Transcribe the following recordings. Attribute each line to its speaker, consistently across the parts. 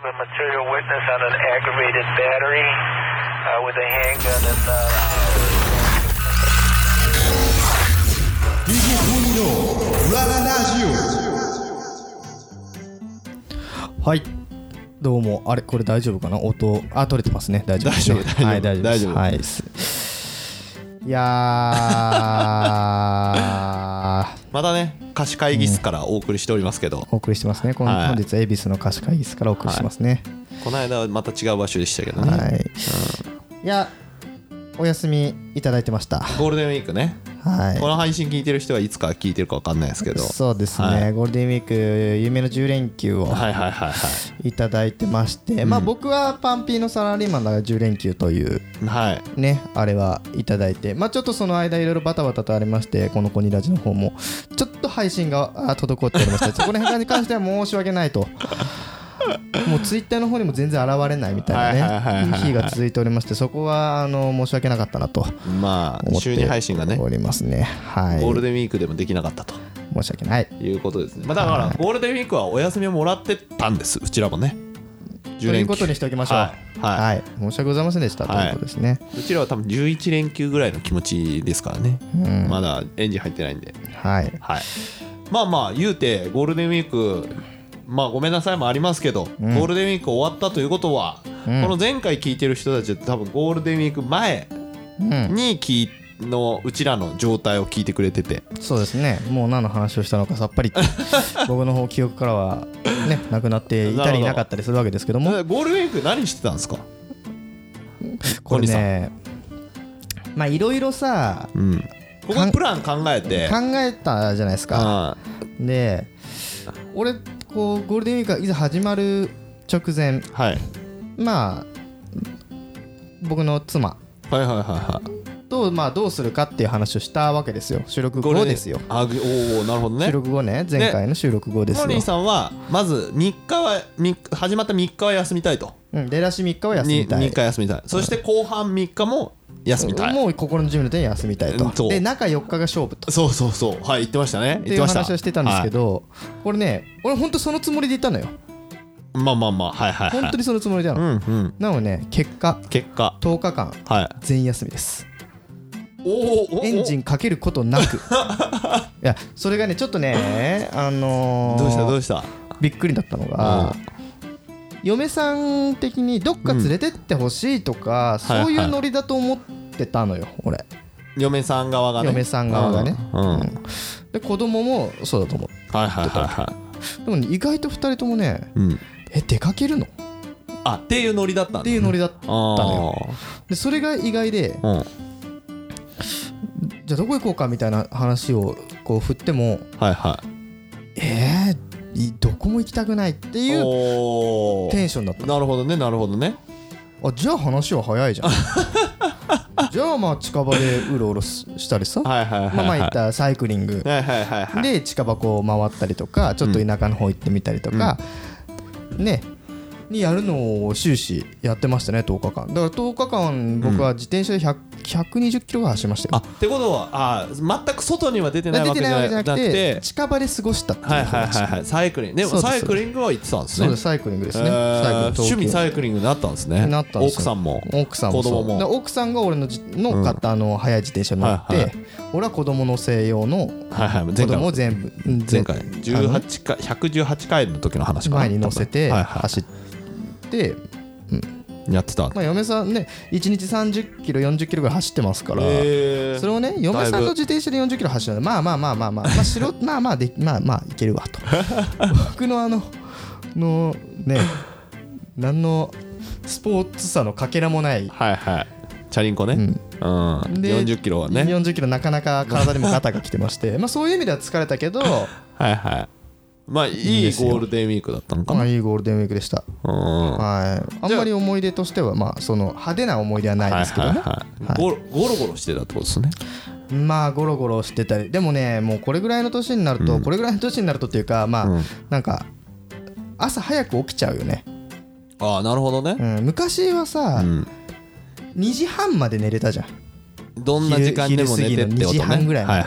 Speaker 1: have a material witness on an aggravated battery with a handgun
Speaker 2: DJ トミの裏ラジオ。はい、どうも。あれこれ大丈夫かな、音取れてますね。大丈夫ですね。はい大丈夫です。はい、いや
Speaker 3: またね貸し会議室からお送りしておりますけど、
Speaker 2: お送りしてますね。本日は恵比寿の貸し会議室からお送りしてますね。
Speaker 3: この間はまた違う場所でしたけどね。
Speaker 2: はい、いやお休みいただいてました。
Speaker 3: ゴールデンウィークね。はい、この配信聞いてる人はいつか聞いてるか分かんないですけど、
Speaker 2: そうですね、はい、ゴールデンウィーク夢の10連休をいただいてまして、まあ僕はパンピーのサラリーマンだから10連休というね、あれはいただいて、まあちょっとその間いろいろバタバタとありまして、このコニラジの方もちょっと配信が滞っておりましてそこら辺に関しては申し訳ないともうツイッターの方にも全然現れないみたいなね日が続いておりまして、そこは申し訳なかったなと
Speaker 3: まあ週2配信がね
Speaker 2: おりますね。はい、
Speaker 3: ゴールデンウィークでもできなかったと
Speaker 2: 申し訳ない
Speaker 3: いうことですね。まあだからゴールデンウィークはお休みをもらってたんです、うちらもね。
Speaker 2: ということにしておきましょう。はい、申し訳ございませんでしたということですね。
Speaker 3: うちらは多分11連休ぐらいの気持ちですからね。まだエンジン入ってないんで。はい、まあまあ言うてゴールデンウィーク、まあごめんなさいもありますけど、ゴールデンウィーク終わったということは、この前回聞いてる人たちは多分ゴールデンウィーク前にうちらの状態を聞いてくれてて、
Speaker 2: そうですね。もう何の話をしたのかさっぱり僕の方記憶からはねなくなっていたりいなかったりするわけですけども、
Speaker 3: ゴールデンウィーク何してたんですか
Speaker 2: これね。まあいろいろさ、
Speaker 3: ここプラン考え
Speaker 2: たじゃないですか。で俺こうゴールデンウィークがいざ始まる直前、まあ僕の妻とまあどうするかっていう話をしたわけですよ。収録後ですよ。
Speaker 3: なるほどね。
Speaker 2: 収録後ね、前回の収録後ですよ。
Speaker 3: モニーさんはまず始まった3日は休みたいと。
Speaker 2: 出だし3日は休みたい。
Speaker 3: 3日休みたい。そして後半3日も休みたい。
Speaker 2: もう心の準備の点休みたいと。で中4日が勝負と。
Speaker 3: そうはい言ってましたね。
Speaker 2: っていう話をしてたんですけど、これね俺本当そのつもりで言ったのよ。
Speaker 3: まあはい
Speaker 2: 本当にそのつもりだの。なのでね結果10日間全休みです。エンジンかけることなくいやそれがねちょっとね
Speaker 3: どうした
Speaker 2: びっくりだったのが、嫁さん的にどっか連れてってほしいとか、そういうノリだと思ってたのよ俺。
Speaker 3: 嫁さん側がね。
Speaker 2: で子供もそうだと思ってた。でもね意外と2人ともね、出かけるの
Speaker 3: っていうノリだったんだ、
Speaker 2: っていうノリだったのよ。でそれが意外で、じゃあどこ行こうかみたいな話をこう振っても、どこも行きたくないっていうテンションだった。
Speaker 3: なるほどね。
Speaker 2: じゃあ話は早いじゃんじゃあまあ近場でうろうろしたりさ、まあ言ったサイクリングで近場こう回ったりとか、ちょっと田舎の方行ってみたりとかねにやるのを終始やってましたね。10日間だから10日間僕は自転車で120キロぐらい走りましたよ。
Speaker 3: ってことは全く外には出てないわけじゃなくて
Speaker 2: 近場で過ごしたっていう
Speaker 3: 話。サイクリングでもサイクリングは行ってたんですね。
Speaker 2: そうです、サイクリングですね。
Speaker 3: 趣味サイクリングになったんですね。奥さんも子供も。
Speaker 2: 奥さんが俺の買った速い自転車に乗って俺は子供の専用の子供を全部
Speaker 3: 前回118回の時の話かな、
Speaker 2: 前に乗せて走って
Speaker 3: やってた。
Speaker 2: まあ嫁さんね1日30キロ40キロぐらい走ってますから、それをね嫁さんの自転車で40キロ走るのでまあいけるわと僕のね何のスポーツさのかけらもない
Speaker 3: チャリンコね、40キロはね
Speaker 2: 40キロなかなか体にもガタが来てましてまあそういう意味では疲れたけど
Speaker 3: まあいいゴールデンウィークだったのかな。
Speaker 2: いいゴールデンウィークでした。あんまり思い出としてはまあその派手な思い出はないですけどね。
Speaker 3: ゴロゴロしてたってことですね。
Speaker 2: まあゴロゴロしてたり、でもねもうこれぐらいの年になると、っていうかまあなんか朝早く起きちゃうよね。
Speaker 3: なるほどね。
Speaker 2: 昔はさ2時半まで寝れたじゃん。
Speaker 3: どんな時間でも寝てってことね。
Speaker 2: 2時半ぐらいまで。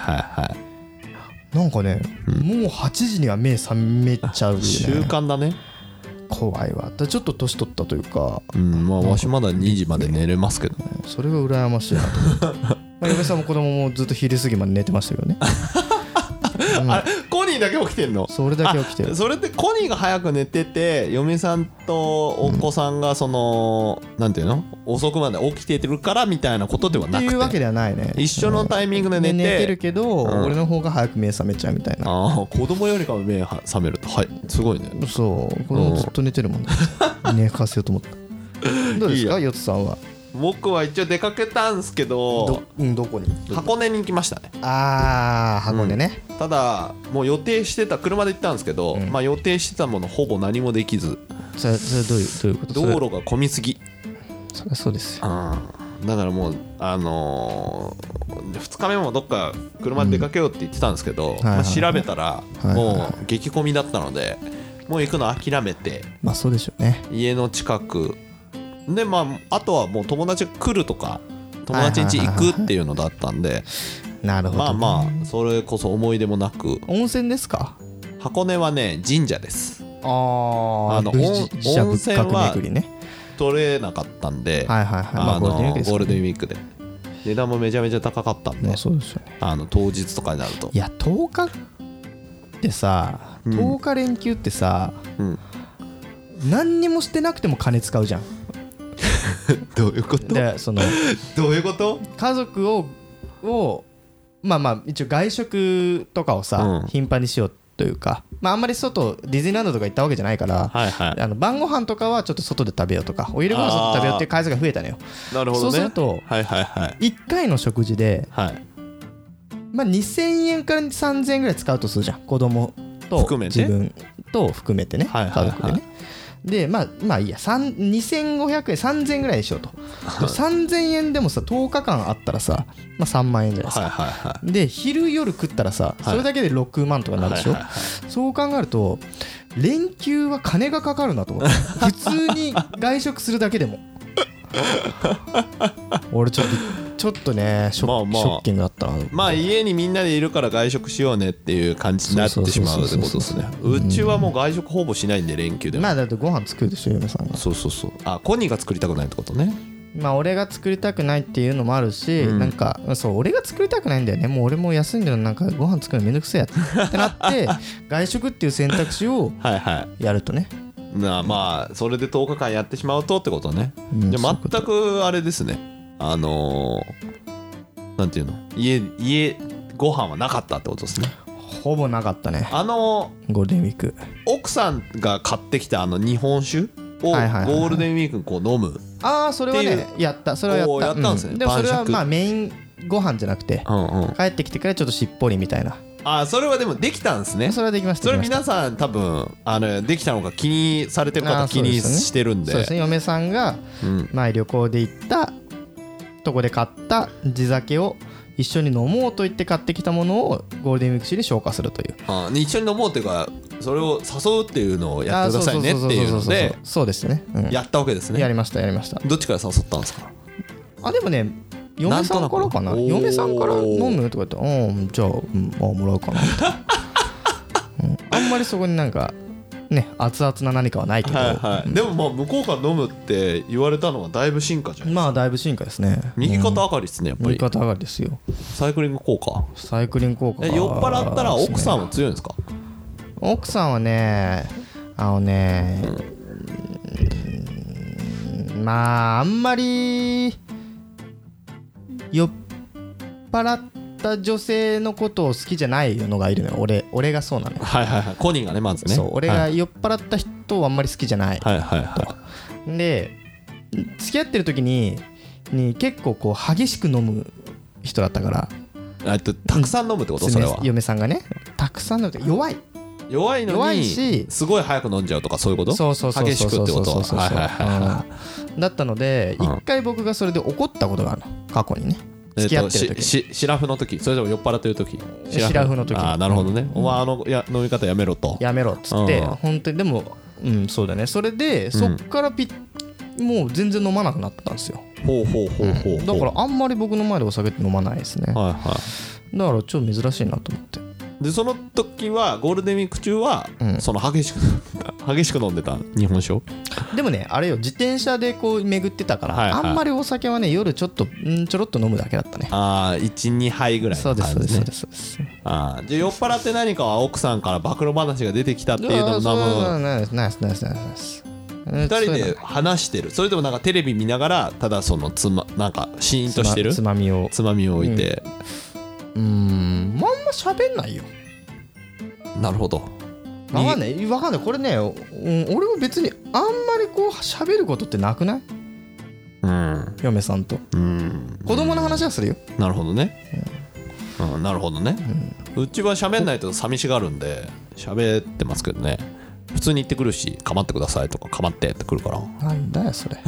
Speaker 2: なんかね、もう8時には目覚めちゃうよね。
Speaker 3: 習慣だね。
Speaker 2: 怖いわ。ちょっと年取ったというか、
Speaker 3: まあわしまだ2時まで寝れますけど、
Speaker 2: それが羨ましいなと思ってまあ嫁さんも子供もずっと昼過ぎまで寝てましたけどね
Speaker 3: あれコニーだけ起きてんの？
Speaker 2: それだけ起きてる。
Speaker 3: それってコニーが早く寝てて嫁さんとお子さんがその、なんていうの遅くまで起きてるからみたいなことではなくて
Speaker 2: っていうわけではないね。
Speaker 3: 一緒のタイミングで寝
Speaker 2: てるけど、俺の方が早く目覚めちゃうみたいな。
Speaker 3: 子供よりかは目覚めると、はいすごいね。
Speaker 2: そう子供ずっと寝てるもんね寝かせようと思った。どうですかヨツさんは？
Speaker 3: 僕は一応出かけたんですけど、
Speaker 2: どこに？
Speaker 3: 箱根に行きましたね。
Speaker 2: 箱根ね、
Speaker 3: ただもう予定してた、車で行ったんですけど、まあ予定してたものほぼ何もできず。
Speaker 2: それどういうこと？
Speaker 3: 道路が混みすぎ。
Speaker 2: そりゃそうですよ。
Speaker 3: だからもう2日目もどっか車で出かけようって言ってたんですけど、調べたらもう激混みだったので、もう行くの諦めて、
Speaker 2: まあそうでしょうね。
Speaker 3: 家の近くで、まああとはもう友達が来るとか友達ん家行くっていうのだったんで、
Speaker 2: なるほど、ね、
Speaker 3: まあそれこそ思い出もなく。
Speaker 2: 温泉ですか？
Speaker 3: 箱根はね神社です。
Speaker 2: 温泉は
Speaker 3: 取れなかったんで、
Speaker 2: ゴ
Speaker 3: ールデンウィークで値段もめちゃめちゃ高かったんで、
Speaker 2: そうですよね、
Speaker 3: 当日とかになると。
Speaker 2: いや10日ってさ、10日連休ってさ、何にもしてなくても金使うじゃん
Speaker 3: どういうこと？
Speaker 2: で
Speaker 3: どういうこと？
Speaker 2: 家族をまあ一応外食とかをさ、頻繁にしようというか、まああんまり外ディズニーランドとか行ったわけじゃないから、晩ご飯とかはちょっと外で食べようとか、お昼ご飯外で食べようっていう回数が増えたのよ。
Speaker 3: なるほどね。
Speaker 2: そうすると、1回の食事で、まあ2000円から3000円ぐらい使うとするじゃん、子供と自分と含めてね、家族でね。でまあいいや、2500円3000円ぐらいでしょと。3000円でもさ10日間あったらさ、まあ、3万円じゃないですか。で昼夜食ったらさ、それだけで6万とかになるでしょ。そう考えると連休は金がかかるなと思って普通に外食するだけでも俺ちょっとねショッキングだったな。
Speaker 3: まあ家にみんなでいるから外食しようねっていう感じになってしまうってことですね。うちはもう外食ほぼしないんで、連休でも。
Speaker 2: まあだってご飯作るでしょ嫁さんが。
Speaker 3: そうコニーが作りたくないってことね。
Speaker 2: まあ俺が作りたくないっていうのもあるし、なんかそう俺が作りたくないんだよね。もう俺も休んでるのなんかご飯作るのめんどくせえやってなって外食っていう選択肢をやるとね
Speaker 3: まあそれで10日間やってしまうとってことね。じゃあ全くあれですね、なんていうの、家ご飯はなかったってことですね。
Speaker 2: ほぼなかったね。ゴールデンウィーク
Speaker 3: 奥さんが買ってきた日本酒をゴールデンウィークにこう飲む。
Speaker 2: それはねやった。それはやった
Speaker 3: んですね。
Speaker 2: でもそれはまあメインご飯じゃなくて、帰ってきてからちょっとしっぽりみたいな。
Speaker 3: それはでもできたんですね。
Speaker 2: それはできました。
Speaker 3: それ皆さん多分できたのが気にされてる方気にしてるんで。
Speaker 2: そうですね。嫁さんが前旅行で行ったとこで買った地酒を一緒に飲もうと言って買ってきたものをゴールデンウィーク中に消化するという。
Speaker 3: 一緒に飲もうというか、それを誘うっていうのをやってくださいねっていうので、
Speaker 2: そうですね、
Speaker 3: やったわけですね。
Speaker 2: やりました。
Speaker 3: どっちから誘ったんですか？
Speaker 2: でもね嫁さんからかな。嫁さんから飲むとか言って、じゃあ、もらうかなみたいなあんまりそこになんかね熱々な何かはないけど、
Speaker 3: でもまあ向こうから飲むって言われたのはだいぶ進化じゃないですか。
Speaker 2: まあだいぶ進化ですね。
Speaker 3: 右肩上がりですね、やっぱり。
Speaker 2: 右肩上がりですよ。
Speaker 3: サイクリング効果。
Speaker 2: 酔っ
Speaker 3: 払ったら奥さんは強いんですか？
Speaker 2: 奥さんはねまああんまり酔っ払った女性のことを好きじゃないのがいるのよ。俺がそうなのよ。
Speaker 3: コニーがねまずね。
Speaker 2: そう俺が酔っ払った人はあんまり好きじゃない。で付き合ってる時に結構こう激しく飲む人だったから。
Speaker 3: たくさん飲むってこと？それは
Speaker 2: 嫁さんがねたくさん飲むって弱い
Speaker 3: のにすごい早く飲んじゃうとかそういうこと？
Speaker 2: そう
Speaker 3: 激しくってこと
Speaker 2: だったので一回僕がそれで怒ったことがあるの、過去にね。付き合ってる時
Speaker 3: シラフの時、それとも酔っ払ってる時？
Speaker 2: シラフの時。
Speaker 3: なるほどね。お前飲み方やめろと。
Speaker 2: やめろっつって本当に。でもそうだね。それでそっからもう全然飲まなくなったんですよ。だからあんまり僕の前でお酒って飲まないですね。だからちょっと珍しいなと思って。
Speaker 3: でその時はゴールデンウィーク中は、その激しく飲んでた日本酒。
Speaker 2: でもねあれよ、自転車でこう巡ってたから、あんまりお酒はね夜ちょっとちょろっと飲むだけだったね。
Speaker 3: ああ 1,2 杯ぐらいの感じね。
Speaker 2: そうですそうですそうです。
Speaker 3: ああじゃあ酔っ払って何かは奥さんから暴露話が出てきたっていうのを
Speaker 2: ナイスナイスナイスナイス。
Speaker 3: 2人で話してる。それともなんかテレビ見ながらただそのなんかシーンとしてる
Speaker 2: つまみを
Speaker 3: 置いて、
Speaker 2: まんま喋んないよ。
Speaker 3: なるほど。
Speaker 2: 分かんないこれね、俺も別にあんまりこう喋ることってなくない？嫁さんと子供の話はするよ。
Speaker 3: なるほどね、なるほどね、うちは喋んないと寂しがるんで喋ってますけどね。普通に言ってくるし、構ってくださいとか構ってってくるから。
Speaker 2: なんだよそれ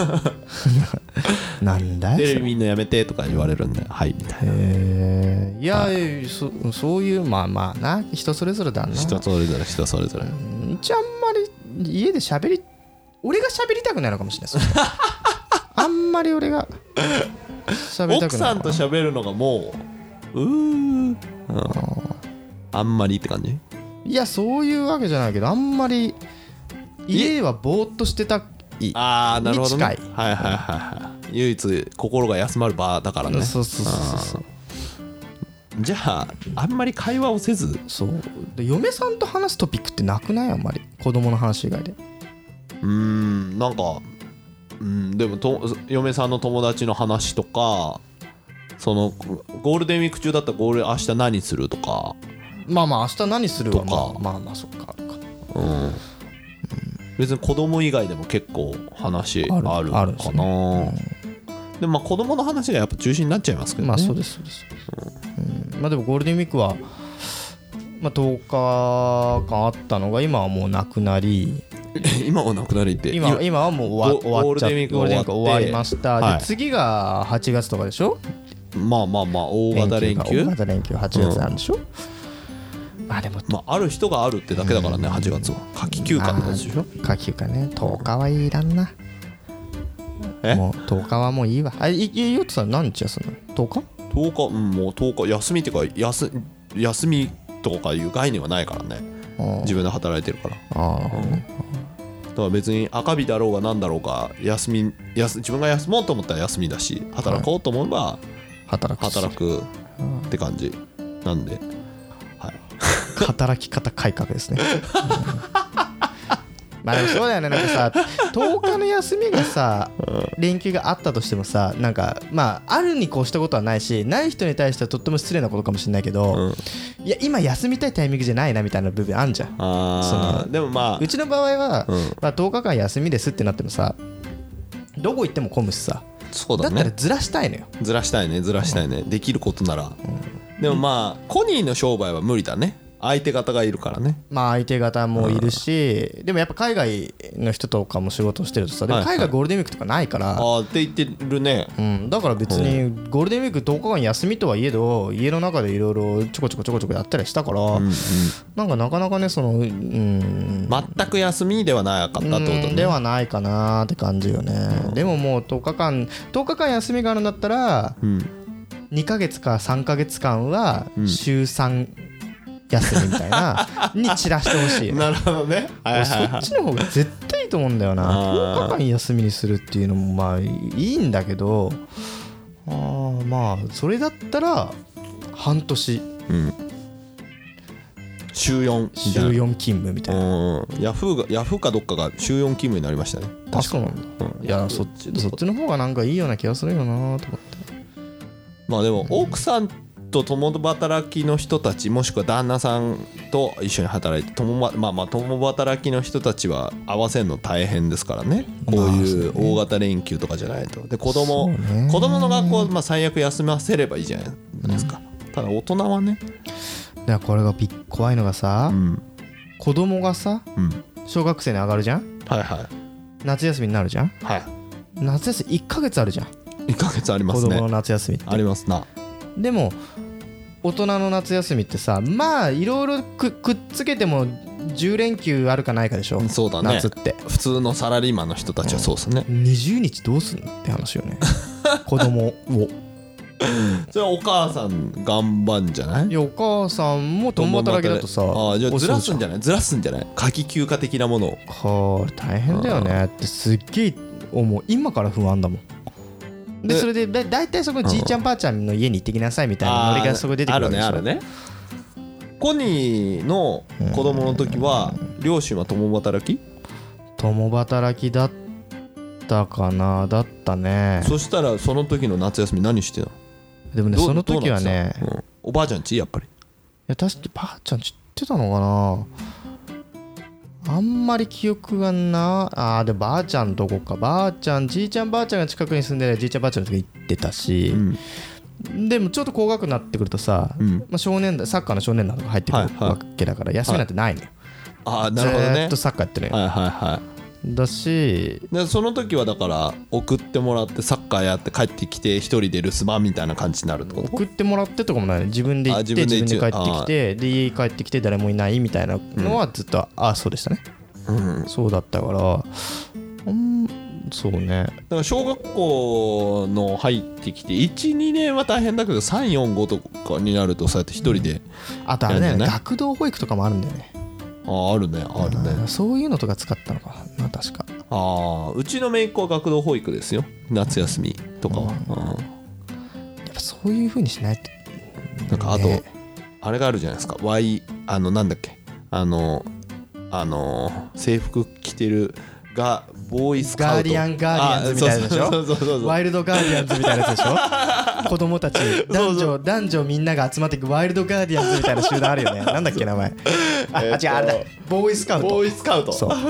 Speaker 2: なんだよそれ。
Speaker 3: テレビみんなやめてとか言われるんで、はいみたいな。
Speaker 2: いや、そういうまあな、人それぞれだな。
Speaker 3: 人それぞれ。うちあんま
Speaker 2: り家で俺が喋りたくないのかもしれないあんまり俺が喋りたくない。
Speaker 3: 奥さんと喋るのがもうあんまりって感じ。
Speaker 2: いやそういうわけじゃないけど、あんまり家はぼーっとしてたい。
Speaker 3: ああなるほどね。
Speaker 2: はい
Speaker 3: はいはいはい。唯一心が休まる場だからね。
Speaker 2: そう
Speaker 3: じゃああんまり会話をせず。
Speaker 2: そうで、嫁さんと話すトピックってなくない？あんまり子供の話以外で。
Speaker 3: なんかでも嫁さんの友達の話とか、そのゴールデンウィーク中だったら明日何するとか。
Speaker 2: まあ明日何するはまあそっかあるか。
Speaker 3: 別に子供以外でも結構話あるかな。でも子供の話がやっぱ中心になっちゃいますけどね。
Speaker 2: そうです。でもゴールデンウィークは10日間あったのが今はもうなくなり
Speaker 3: 今はなくなりって
Speaker 2: 今はもう終わっちゃって、ゴールデンウィーク終わりました、で次が8月とかでしょ。
Speaker 3: 大型連休
Speaker 2: 8月なんでしょ。でも
Speaker 3: ある人があるってだけだからね。8月は夏季休暇なんですよ。
Speaker 2: 夏季休暇ね。10日はいらんな。もう10日はもういいわ。ヨットさん何日休むの？10日？
Speaker 3: もう10日休みっていうか休みとかいう概念はないからね。自分で働いてるから。だから別に赤日だろうが何だろうが自分が休もうと思ったら休みだし、働こうと思えば働くって感じなんで、
Speaker 2: 働き方改革ですねでもそうだよね。なんかさ10日の休みがさ連休があったとしてもさ、なんかあるに越したことはないし、ない人に対してはとっても失礼なことかもしれないけど、いや今休みたいタイミングじゃないなみたいな部分あんじゃん。でもうちの場合は10日間休みですってなってもさ、どこ行っても混むしさ。
Speaker 3: そうだね。
Speaker 2: だったらずらしたいのよ。
Speaker 3: ずらしたいね。できることなら。でもコニーの商売は無理だね。相手方がいるからね。
Speaker 2: 相手方もいるし、でもやっぱ海外の人とかも仕事してるとさ、でも海外ゴールデンウィークとかないから、
Speaker 3: って言ってるね。
Speaker 2: だから別にゴールデンウィーク10日間休みとはいえど、家の中でいろいろちょこちょこやったりしたから、なんかなかなかね
Speaker 3: 全く休みではなかったってことね。
Speaker 2: ではないかなって感じよね。でももう10日間休みがあるんだったら、2ヶ月か3ヶ月間は週3休みみたいなに散らしてほしい。
Speaker 3: なるほどね。
Speaker 2: そっちの方が絶対いいと思うんだよな。10日間休みにするっていうのもいいんだけど、それだったら半年、
Speaker 3: 週4
Speaker 2: 勤務みたいな。
Speaker 3: ヤフーかどっかが週4勤務になりましたね。
Speaker 2: そうなんだ。いやそっちの方がなんかいいような気がするよなと思って。
Speaker 3: でも奥さんと共働きの人たち、もしくは旦那さんと一緒に働いて共働きの人たちは合わせるの大変ですからね。こういう大型連休とかじゃないと。で子供の学校最悪休ませればいいじゃないですか。ただ大人はね。
Speaker 2: これが怖いのがさ、子供がさ、小学生に上がるじゃん。夏休みになるじゃん。夏休み1ヶ月あるじゃん。
Speaker 3: 1ヶ月ありますね。
Speaker 2: 子供の夏休みって
Speaker 3: ありますな。
Speaker 2: でも大人の夏休みってさ、いろいろくっつけても10連休あるかないかでしょ。
Speaker 3: そうだね。
Speaker 2: 夏って
Speaker 3: 普通のサラリーマンの人たちはそうですね。
Speaker 2: 20日どうすんのって話よね子供を
Speaker 3: それはお母さん頑張んじゃない？
Speaker 2: いやお母さんも共働きだとさ、
Speaker 3: ああじゃあずらすんじゃない？ずらすんじゃない？夏季休暇的なものを。
Speaker 2: これ大変だよねってすっげえ思う。今から不安だもん。でそれでだいたいそこじいちゃんばあちゃんの家に行ってきなさいみたいなノリがそこ出てくるわけでしょ。
Speaker 3: あるねあるね。コニーの子供の時は両親は共働き？
Speaker 2: 共働きだったかな。だったね。
Speaker 3: そしたらその時の夏休み何してたの？
Speaker 2: でもねその時はね、
Speaker 3: おばあちゃんちやっぱり。い
Speaker 2: や確かばあちゃん知ってたのかな。あんまり記憶がな。でばあちゃんどこか。ばあちゃんじいちゃんばあちゃんが近くに住んでるじいちゃんばあちゃんのとこ行ってたし、でもちょっと高額になってくるとさ、少年団サッカーの少年団とか入ってくるわけだから休みなんてないのよ。
Speaker 3: なるほどね。
Speaker 2: ずっとサッカーやってるよ。だし
Speaker 3: でその時はだから送ってもらってサッカーやって帰ってきて一人で留守番みたいな感じになるってこと？
Speaker 2: 送ってもらってとかもない。自分で行って自分で帰ってきてで家帰ってきて誰もいないみたいなのはずっとそうでしたね。そうだったからそうね。だ
Speaker 3: から小学校の入ってきて 1,2 年は大変だけど3、4、5とかになるとそうやって一人で、
Speaker 2: あとあれだよね、学童保育とかもあるんだよね。
Speaker 3: あるねあるね。
Speaker 2: そういうのとか使ったのかな確か。
Speaker 3: うちの姪っ子は学童保育ですよ夏休みとかは。や
Speaker 2: っぱそういう風にしないと。
Speaker 3: なんかあとあれがあるじゃないですか。なんだっけ制服着てるがボーイスカウト
Speaker 2: ガーディアンズみたいなでしょ。ワイルドガーディアンズみたいなやつでしょ。子供たち男女みんなが集まっていくワイルドガーディアンズみたいな集団あるよね。なんだっけ名前。違うあれだボーイスカウト。そう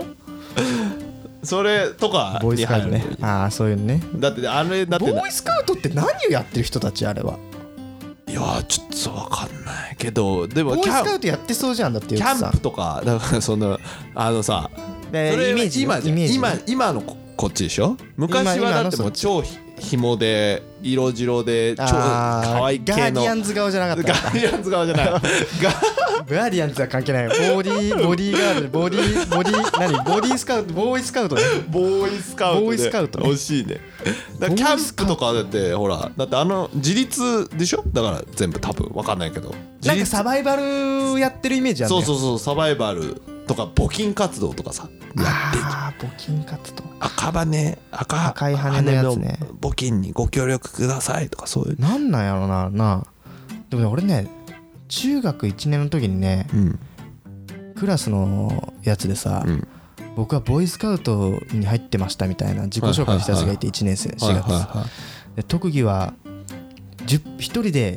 Speaker 3: それとか
Speaker 2: ボーイスカウトね。そういうのね。
Speaker 3: だってあれだって
Speaker 2: ボーイスカウトって何をやってる人たちあれは。
Speaker 3: いやちょっと分かんないけどでも
Speaker 2: ボーイスカウトやってそうじゃん。だって
Speaker 3: キャンプとかだからそのさそれ
Speaker 2: イメージ
Speaker 3: 今のこっちでしょ。昔はだってもう超紐で色白で超可愛い系の
Speaker 2: ガーディアンズ側じゃなかった。
Speaker 3: ガーディアンズ側じゃない
Speaker 2: ガーディアンズは関係ない。ボディガードボディスカウトボーイスカウトね。
Speaker 3: ボーイスカウト惜しいね。だからキャンプとかだってほらだって自立でしょ。だから全部多分分かんないけど
Speaker 2: なんかサバイバルやってるイメージあるね。
Speaker 3: そうサバイバルとか募金活動とかさ
Speaker 2: やって募金活動
Speaker 3: 赤
Speaker 2: い羽のやつね。
Speaker 3: 募金にご協力くださいとかそういう
Speaker 2: なんなんやろな。でもね俺ね中学1年の時にね、クラスのやつでさ、僕はボーイスカウトに入ってましたみたいな自己紹介したやつがいて1年生4月で特技は一人で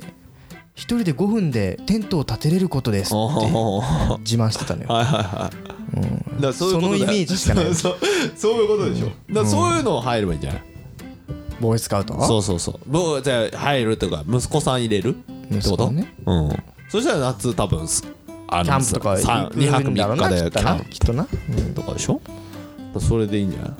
Speaker 2: 5分でテントを建てれることですって自慢してたのよ。そのイメージしかない。
Speaker 3: そういうことでしょ。だからそういうの入ればいいんじゃない？
Speaker 2: ボーイスカウト。
Speaker 3: そうじゃあ入るとか息子さん入れるってことね。そしたら夏多分キ
Speaker 2: ャンプとか
Speaker 3: 2泊3日でキャンプ
Speaker 2: きっとな
Speaker 3: とかでしょ。それでいいんじゃない？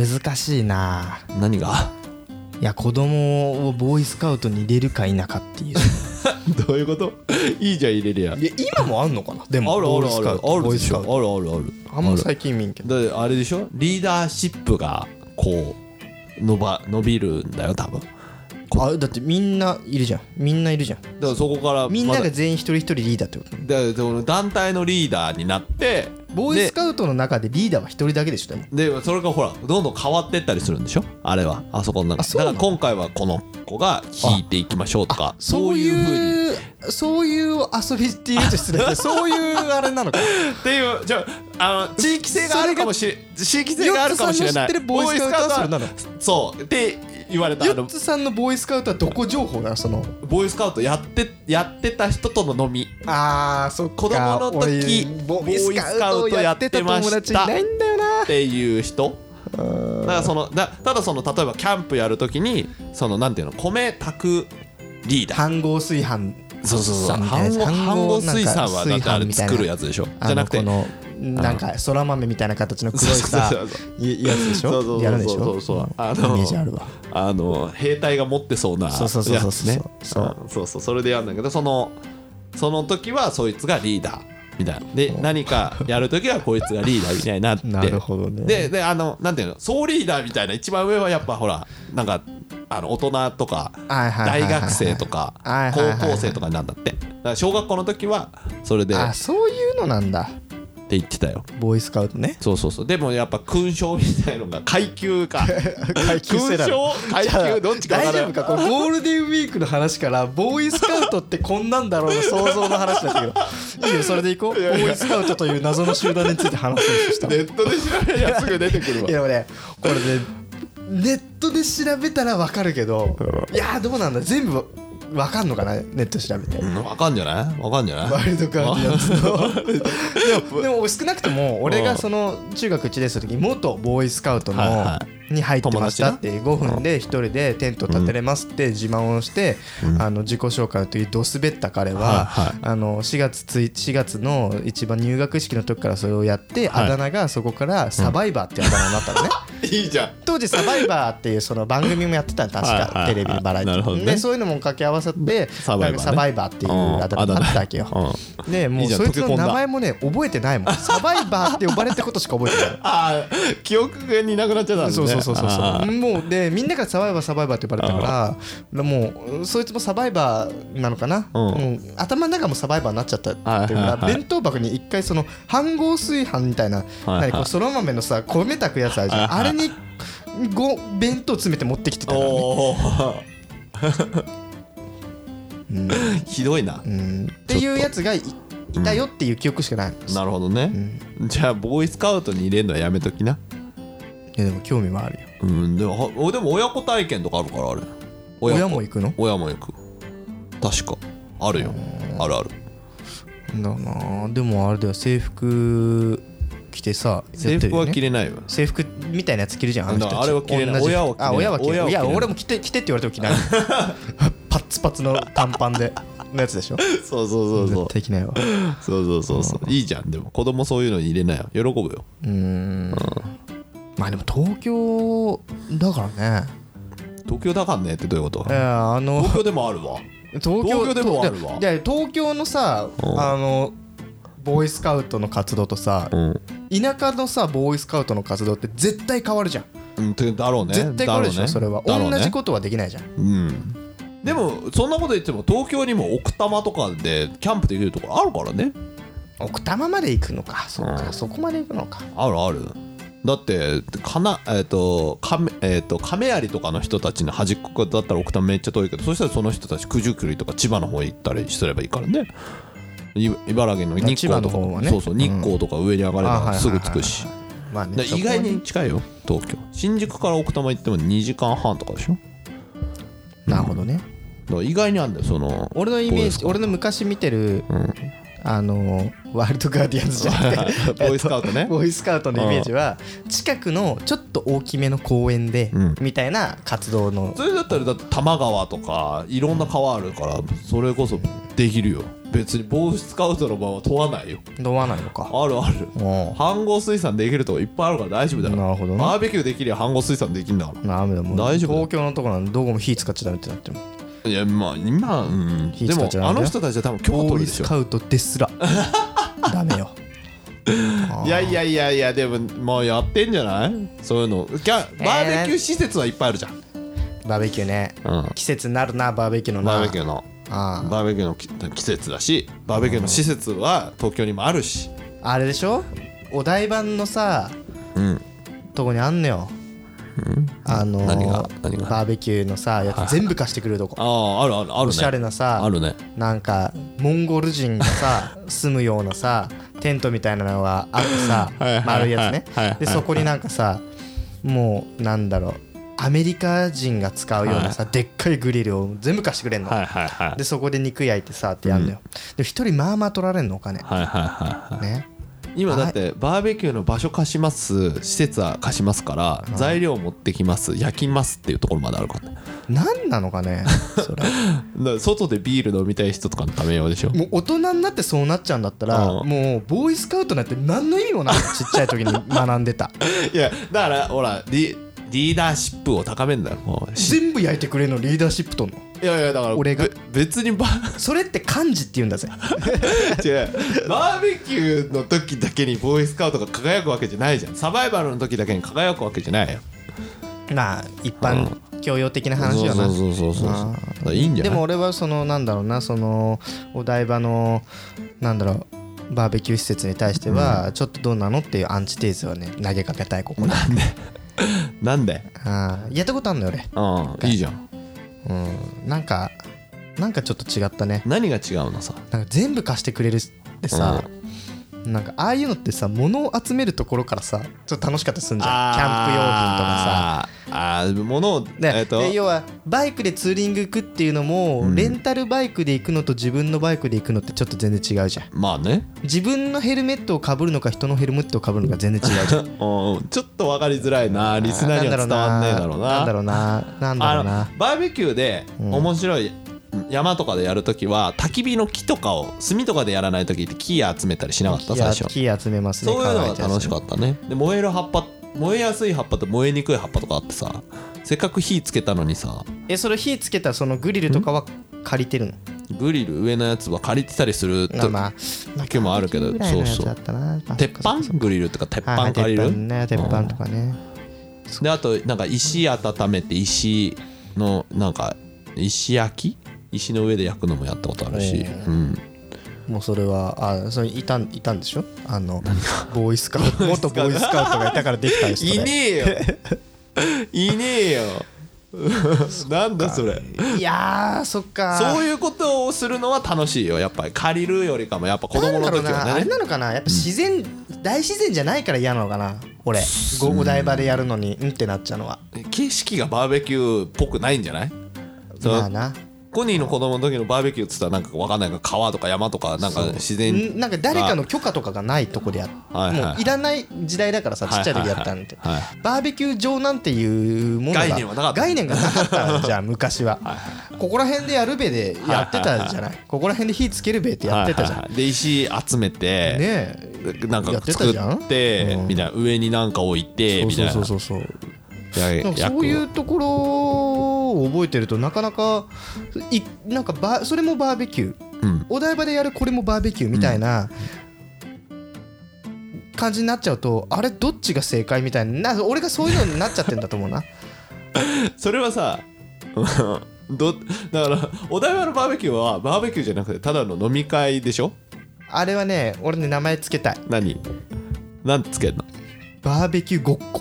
Speaker 2: 難しいな。
Speaker 3: 何が？
Speaker 2: いや子供をボーイスカウトに入れるか否かっていう
Speaker 3: どういうこと？いいじゃん入れるやん。
Speaker 2: 今もあんのかな。でも
Speaker 3: あるでしょ。ある
Speaker 2: あんま最近見んけど。
Speaker 3: だってあれでしょ。リーダーシップがこう伸びるんだよ多分。
Speaker 2: だってみんないるじゃん。だ
Speaker 3: からそこから
Speaker 2: みんなが全員一人一人リーダーってこと。
Speaker 3: で団体のリーダーになって
Speaker 2: ボーイスカウトの中でリーダーは一人だけでしょ。
Speaker 3: でそれがほらどんどん変わってったりするんでしょあれは。あそこの中だから今回はこの子が引いていきましょうとかそういう風に
Speaker 2: そういう遊びっていうと失礼だけどそういうあれなのか
Speaker 3: っていうじゃあ地域性があるかもしれない。
Speaker 2: 知ってるボーイスカウトはそれなの。
Speaker 3: そうって言われた。
Speaker 2: ヨッツさんのボーイスカウトはどこ情報なの？その
Speaker 3: ボーイスカウトやってた人との飲み。
Speaker 2: そう
Speaker 3: 子供の時ボーイスカウトやってましたっていう人。だからただその例えばキャンプやるときになんていうの米炊くリーダー。
Speaker 2: 飯合炊飯。
Speaker 3: そう飯合水産はだってあれ作るやつでしょ。じゃなくて
Speaker 2: なんかそら豆みたいな形の黒いさやつでしょ。やるでしょ。
Speaker 3: そう
Speaker 2: イメージあるわ。
Speaker 3: 兵隊が持ってそうなやつね。そうそれでやるんだけどその時はそいつがリーダーみたいなで何かやるときはこいつがリーダーみたいになって
Speaker 2: なるほどね。
Speaker 3: でなんていうの総リーダーみたいな一番上はやっぱほらなんか大人とか大学生とか高校生とかなんだって。だから小学校の時はそれで
Speaker 2: そういうのなんだ
Speaker 3: って言ってたよ。
Speaker 2: ボーイスカウトね。
Speaker 3: そうでもやっぱ勲章みたいのが階級か
Speaker 2: 階級世代
Speaker 3: 階級どっちか分からない。
Speaker 2: 大丈夫かこれゴールデンウィークの話からボーイスカウトってこんなんだろうの想像の話だったけどいいよそれでいこう。ボーイスカウトという謎の集団について話そうとした。
Speaker 3: ネットで調べりゃすぐ出てくるわ。
Speaker 2: いや俺これねネットで調べたら分かるけどいやどうなんだ全部分かんのかなネット調べて。
Speaker 3: 分かんじゃない？分かんじゃない？
Speaker 2: ワイルドカードやつのでも少なくとも俺がその中学1年生の時に元ボーイスカウトのに入ってましたって5分で1人でテント立てれますって自慢をして自己紹介の時ドスベった彼は4月の一番入学式の時からそれをやってあだ名がそこからサバイバーっていうあだ名になったのね。
Speaker 3: いいじゃん。
Speaker 2: 当時サバイバーっていうその番組もやってたの確かテレビのバラエティーでそういうのも掛け合わさってサバイバーっていうあだ名になったわけよ。でもうそいつの名前もね覚えてないもん。サバイバーって呼ばれたことしか覚えてない。
Speaker 3: ああ記憶になくなっちゃったんですね。
Speaker 2: そうもうでみんなからサバイバーって呼ばれたからもうそいつもサバイバーなのかな。頭の中もサバイバーになっちゃったっていうか弁当箱に一回その飯盒炊飯みたいなそら豆のさ米炊くやつあるじゃん。あれに弁当詰めて持ってきてたからね。
Speaker 3: ひどいな
Speaker 2: っていうやつがいたよっていう記憶しかない。
Speaker 3: なるほどね。じゃあボーイスカウトに入れるのはやめときな。
Speaker 2: いやでも興味はあるよ。
Speaker 3: でも親子体験とかあるからあれ。
Speaker 2: 親も行くの？
Speaker 3: 親も行く。確かあるよ。あるだ
Speaker 2: な。でもあれだよ制服着てさ。
Speaker 3: 制服は着れないよ。
Speaker 2: 制服みたいなやつ着るじゃん。あ
Speaker 3: れは着れない。親は着れない。
Speaker 2: 親は着れない。いや俺も着てって言われても着ない。パッツパツの短パンでのやつでしょ。
Speaker 3: そう
Speaker 2: 絶対着ないわ。
Speaker 3: そういいじゃん。でも子供そういうのに入れないよ。喜ぶよ。
Speaker 2: まあでも東京だからね。
Speaker 3: 東京だからねってどういうこと？
Speaker 2: 東
Speaker 3: 京でもあるわ。東京でもあるわ。
Speaker 2: 東京のさボーイスカウトの活動とさ田舎のさボーイスカウトの活動って絶対変わるじゃん。
Speaker 3: だろうね。
Speaker 2: 絶対変わるでしょそれは。同じことはできないじゃん。
Speaker 3: でもそんなこと言っても東京にも奥多摩とかでキャンプできるところあるからね。
Speaker 2: 奥多摩まで行くのか。そうかそこまで行くのか。
Speaker 3: ある。だって亀有とかの人たちの端っこだったら奥多摩めっちゃ遠いけどそしたらその人たち九十九里とか千葉の方へ行ったりすればいいからね。茨城の日光とか、ね、そう日光とか上に上がればすぐ着くし。意外に近いよ東京。新宿から奥多摩行っても2時間半とかでしょ。
Speaker 2: なるほどね。
Speaker 3: だから意外にあるんだよその
Speaker 2: 俺のイメージ。俺の昔見てるワイルドガーディアンズじゃなくて
Speaker 3: ボーイスカウトね。
Speaker 2: ボーイスカウトのイメージは近くのちょっと大きめの公園でみたいな活動の。
Speaker 3: それだったら多摩川とかいろんな川あるからそれこそできるよ。別にボーイスカウトの場は問わないよ。
Speaker 2: 問わないのか。
Speaker 3: ある。飯盒水産できるとこいっぱいあるから大丈夫だよ。
Speaker 2: なるほどね。
Speaker 3: バーベキューできりゃ飯盒水産できるんだから。
Speaker 2: ダメだもん。大丈夫。東京のとこなんでどこも火使っちゃダメってなってる。
Speaker 3: いやまあ今でもあの人たちは多分許可取るでしょ。
Speaker 2: ボーイスカウトですらダメよ。
Speaker 3: いやでももうやってんじゃないそういうの。バーベキュー施設はいっぱいあるじゃん。
Speaker 2: バーベキューね。季節になるなバーベキューのな。
Speaker 3: バーベキューの季節だしバーベキューの施設は東京にもあるし。
Speaker 2: あれでしょお台場のさとこにあんのよ。何がバーベキューのさやつ全部貸してくれるとこ。
Speaker 3: あるね。
Speaker 2: おしゃれなさ
Speaker 3: あるね。
Speaker 2: なんかモンゴル人がさ住むようなさテントみたいなのがあってさ丸いやつね。でそこになんかさもうなんだろうアメリカ人が使うようなさでっかいグリルを全部貸してくれんの。でそこで肉焼いてさってやんだよ。で一人まあまあ取られんのお金ね。
Speaker 3: 今だってバーベキューの場所貸します施設は貸しますから材料持ってきます焼きますっていうところまであるからね。
Speaker 2: 何なのかねそれ。
Speaker 3: 外でビール飲みたい人とかのため用でしょ。
Speaker 2: もう大人になってそうなっちゃうんだったらもうボーイスカウトなんて何の意味もない。ちっちゃい時に学んでた。
Speaker 3: いやだからほらリーダーシップを高めんだよ。
Speaker 2: 全部焼いてくれるのリーダーシップとんの。
Speaker 3: いやだから
Speaker 2: 俺が
Speaker 3: 別に
Speaker 2: それって漢字って言うんだぜ。
Speaker 3: 違うバーベキューの時だけにボーイスカウトが輝くわけじゃないじゃん。サバイバルの時だけに輝くわけじゃないよ。
Speaker 2: まあ一般教養的な話よな。
Speaker 3: そういいんじゃない。
Speaker 2: でも俺はそのなんだろうな、そのお台場のなんだろうバーベキュー施設に対してはちょっとどうなのっていうアンチテーゼをね投げかけたいここで。
Speaker 3: なんで
Speaker 2: やったことあるのよ
Speaker 3: 俺。いいじゃん。
Speaker 2: なんかちょっと違ったね。
Speaker 3: 何が違うのさ。
Speaker 2: なんか全部貸してくれるってさ、なんかああいうのってさ、物を集めるところからさちょっと楽しかったりするんじゃん。キャンプ用品とか
Speaker 3: さ、物を
Speaker 2: で要はバイクでツーリング行くっていうのも、レンタルバイクで行くのと自分のバイクで行くのってちょっと全然違うじゃん。
Speaker 3: まあね。
Speaker 2: 自分のヘルメットをかぶるのか人のヘルメットをかぶるのか全然違うじゃん。
Speaker 3: ちょっと分かりづらいな。リスナーには伝わんねえだろうな。
Speaker 2: なんだろうな。
Speaker 3: バーベキューで面白い山とかでやるときは焚き火の木とかを炭とかでやらないときって木集めたりしなかった最初。
Speaker 2: 木集めますね。
Speaker 3: そういうのが楽しかったね。で燃えやすい葉っぱと燃えにくい葉っぱとかあってさ、せっかく火つけたのにさ。
Speaker 2: それ火つけたそのグリルとかは借りてるの？
Speaker 3: グリル上のやつは借りてたりする時もあるけど、そうそう。鉄板グリルとか鉄板借りる？
Speaker 2: 鉄板とかね。
Speaker 3: であとなんか石温めて石のなんか石焼き？石の上で焼くのもやったことあるし、
Speaker 2: もうそれはそれいたんでしょ。ボーイスカウト元ボーイスカウトがいたからできた人。
Speaker 3: いねえよなんだそれ。
Speaker 2: いやそっか。
Speaker 3: そういうことをするのは楽しいよやっぱり。借りるよりかもやっぱ子供の時はね。
Speaker 2: あれなのかな、やっぱ大自然じゃないから嫌なのかな俺。お台場でやるのにってなっちゃうのは。
Speaker 3: 景色がバーベキューっぽくないんじゃない？
Speaker 2: まあな。
Speaker 3: コニーの子供の時のバーベキューっつったらなんか分かんないから川とか山とかなんか自然
Speaker 2: なんか誰かの許可とかがないとこでやる、もういらない時代だからさ、ちっちゃい時やったんで、バーベキュー場なんていうものが概念がなかったじゃん昔は。ここら辺でやるべでやってたじゃない。ここら辺で火つけるべってやってたじゃん。
Speaker 3: で石集めてなんか作ってみたいな、上になんか置いてみたいな。
Speaker 2: そうそういうところを覚えてるとなかなかなんかそれもバーベキュー、お台場でやるこれもバーベキューみたいな感じになっちゃうと、あれどっちが正解みたいな、俺がそういうのになっちゃってんだと思うな。
Speaker 3: それはさだからお台場のバーベキューはバーベキューじゃなくてただの飲み会でしょ。
Speaker 2: あれはね、俺ね名前つけたい。
Speaker 3: なんてつけるの？
Speaker 2: バーベキューごっこ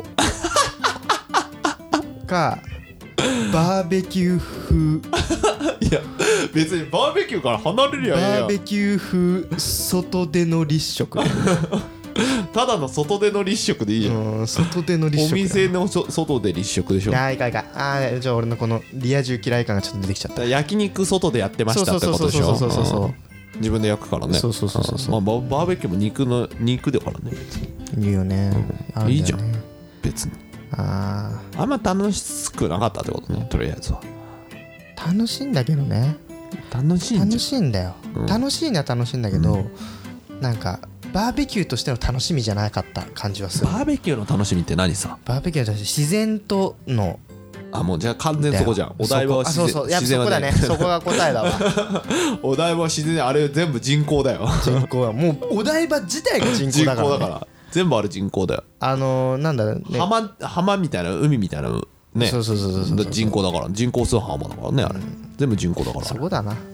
Speaker 2: かバーベキュー風。
Speaker 3: いや別にバーベキューから離れるやん。
Speaker 2: バーベキュー風外での立食。
Speaker 3: ただの外での立食でいいじゃん。
Speaker 2: 外での立食。
Speaker 3: お店の外で立食でしょ。
Speaker 2: いかん。じゃあ俺のこのリア充嫌い感がちょっと出てきちゃった。
Speaker 3: 焼肉外でやってましたってことでしょ。
Speaker 2: そう
Speaker 3: 自分で焼くからね。
Speaker 2: そう
Speaker 3: まあバーベキューも肉だからね。
Speaker 2: いいよね。
Speaker 3: いいじゃん別に。あんま楽しくなかったってことね。とりあえずは
Speaker 2: 楽しいんだけどね。
Speaker 3: 楽しい
Speaker 2: んだよ、楽しいのは楽しいんだけど、なんかバーベキューとしての楽しみじゃなかった感じはする。
Speaker 3: バーベキューの楽しみって何さ？
Speaker 2: バーベキューの楽しみ、自然との
Speaker 3: もうじゃあ完全そこじゃん。お台場は自然。
Speaker 2: そうやっぱそこだね。そこが答えだわ。
Speaker 3: お台場は自然。あれ全部人工だよ。
Speaker 2: 人工はもうお台場自体が人工だから、
Speaker 3: 人工だから全部あれ人工だよ。
Speaker 2: なんだろうね、
Speaker 3: 浜みたいな海みたいなね。
Speaker 2: そう
Speaker 3: 人工だから、人工数浜だからねあれ。全部人工だから。
Speaker 2: そこだな。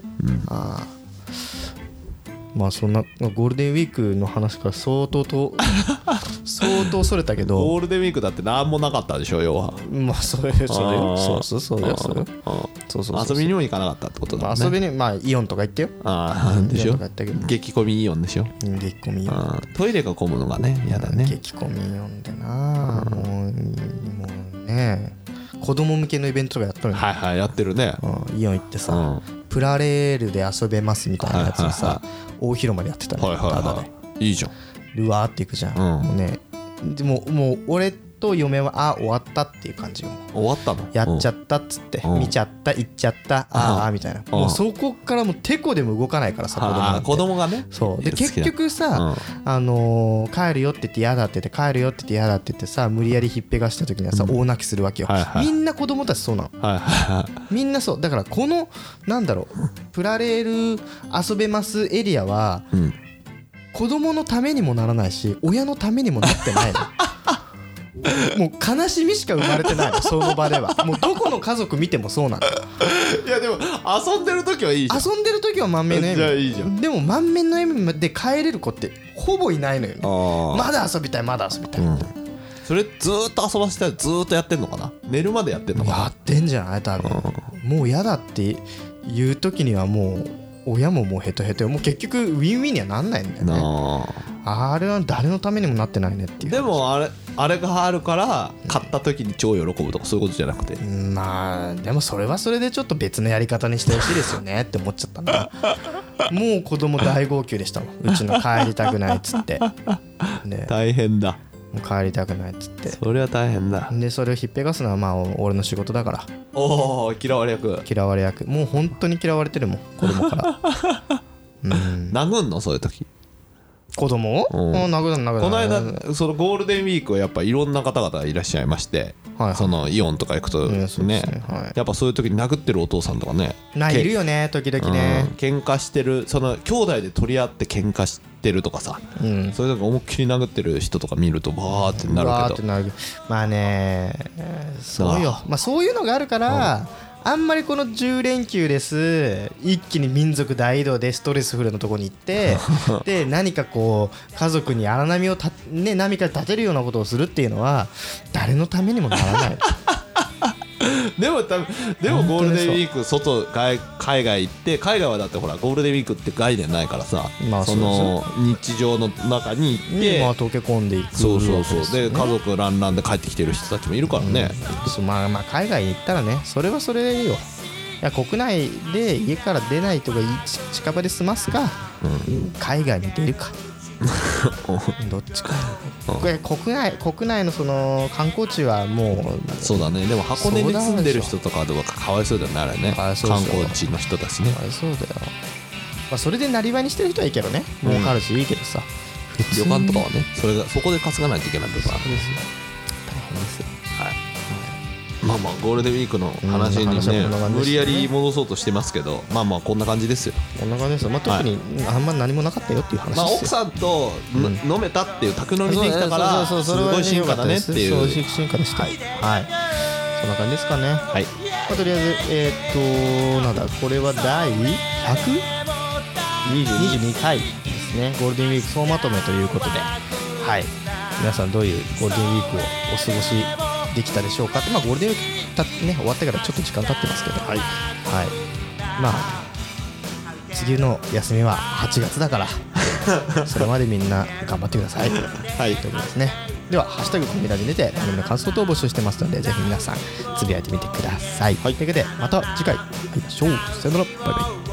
Speaker 2: まあそんなゴールデンウィークの話から相当それたけど、
Speaker 3: ゴールデンウィークだって何もなかったでしょ要は。
Speaker 2: まあそれよ。そう
Speaker 3: 遊びにも行かなかったってことだね。
Speaker 2: 遊びにイオンとか行ってよ。
Speaker 3: でしょ。激混みイオンでしょ。
Speaker 2: 激混みイオン。
Speaker 3: トイレが混むのがね嫌だね。
Speaker 2: 激混みイオンでな。もうね、子供向けのイベントとかやったのに。
Speaker 3: やってるね。
Speaker 2: イオン行ってさ、プラレールで遊べますみたいなやつをさ、大広間でやってたの。
Speaker 3: いいじゃん。
Speaker 2: ルワーっていくじゃん。もうね、でもう俺と嫁は終わったっていう感じよ。
Speaker 3: 終わったの？
Speaker 2: やっちゃったっつって見ちゃった行っちゃったみたいな。もうそこからもうテコでも動かないからさ、
Speaker 3: 子供がね。
Speaker 2: そうで結局さ、帰るよって言って嫌だって言って帰るよって言って嫌だって言ってさ、無理やりひっぺがした時にはさ大泣きするわけよ。みんな子供たちそうなの。みんなそうだから、このなんだろう、プラレール遊べますエリアは子供のためにもならないし親のためにもなってないの。 もう悲しみしか生まれてないのその場では。もうどこの家族見てもそうなの。
Speaker 3: いやでも遊んでる時はいいじゃん。
Speaker 2: 遊んでる時は満面の笑み。
Speaker 3: じゃあいいじゃん。
Speaker 2: でも満面の笑みで帰れる子ってほぼいないのよね。まだ遊びたいまだ遊びたい、
Speaker 3: それずーっと遊ばせたらずーっとやってんのかな。寝るまでやってんのかな。
Speaker 2: やってんじゃない多分。もう嫌だっていう時にはもう親ももうヘトヘトよ。もう結局ウィンウィンにはなんないんだよね。あれは誰のためにもなってないねっていう。
Speaker 3: でもあれがあるから買った時に超喜ぶとかそういうことじゃなくて、
Speaker 2: まあでもそれはそれでちょっと別のやり方にしてほしいですよねって思っちゃったんだ。もう子供大号泣でしたもん。うちの帰りたくないっつって、ね、
Speaker 3: 大変だ。
Speaker 2: もう帰りたくないっつって。
Speaker 3: それは大変だ。
Speaker 2: でそれをひっぺがすのはまあ俺の仕事だから。
Speaker 3: おお、嫌われ役。
Speaker 2: 嫌われ役。もう本当に嫌われてるもん子供から。
Speaker 3: 殴んのそういう時
Speaker 2: 子供を？殴る。
Speaker 3: この間そのゴールデンウィークはやっぱいろんな方々がいらっしゃいまして、そのイオンとか行くとね、やっぱそういう時に殴ってるお父さんとかね、
Speaker 2: いるよね時々ね。
Speaker 3: 喧嘩してる、その兄弟で取り合って喧嘩してるとかさ、そういう時思いっきり殴ってる人とか見るとバーってなるけど、
Speaker 2: まあね、そうよ。まあそういうのがあるから。あんまりこの10連休です一気に民族大移動でストレスフルなとこに行ってで何かこう家族に荒波を波から立てるようなことをするっていうのは誰のためにもならない。
Speaker 3: でもゴールデンウィーク海外行って、海外はだってほらゴールデンウィークって概念ないからさ、その日常の中に行って
Speaker 2: 溶け込んでいく。
Speaker 3: そうで家族団らんで帰ってきてる人たちもいるからね。
Speaker 2: まあ海外に行ったらね、それはそれでいいよ。いや国内で家から出ないとか近場で済ますか、海外に出るかどっちか。国内のその観光地はもう
Speaker 3: そうだね。でも箱根に住んでる人とかとかかわいそうだよね、あれね。観光地の人たちね。
Speaker 2: かわいそうだよ。まあそれでなりわいにしてる人はいいけどね、儲かるしいいけどさ、
Speaker 3: 旅館とかはね、そこで稼がないといけない部分ある。
Speaker 2: 大変ですよ。はい。
Speaker 3: まあゴールデンウィークの話にね、無理やり戻そうとしてますけど、まあこんな感じですよ。
Speaker 2: こんな感じですよ。まあ特にあんま何もなかったよっていう話ですよ。
Speaker 3: まあ奥さんと飲めたっていう宅飲みできたからすごい進化だねっていう。
Speaker 2: そう進化でした。はい。そんな感じですかね。はい。とりあえずなんだこれは第122回ですね。ゴールデンウィーク総まとめということで、はい。皆さんどういうゴールデンウィークをお過ごしできたでしょうかって。まあゴールデンウィークね終わってからちょっと時間経ってますけど、はい、まあ次の休みは8月だからそれまでみんな頑張ってください。はい、ということですね。ではハッシュタグコミラジにて番組の感想等を募集してますので、ぜひ皆さんつぶやいてみてください。というわけでまた次回会いましょう。さよなら、バイバイ。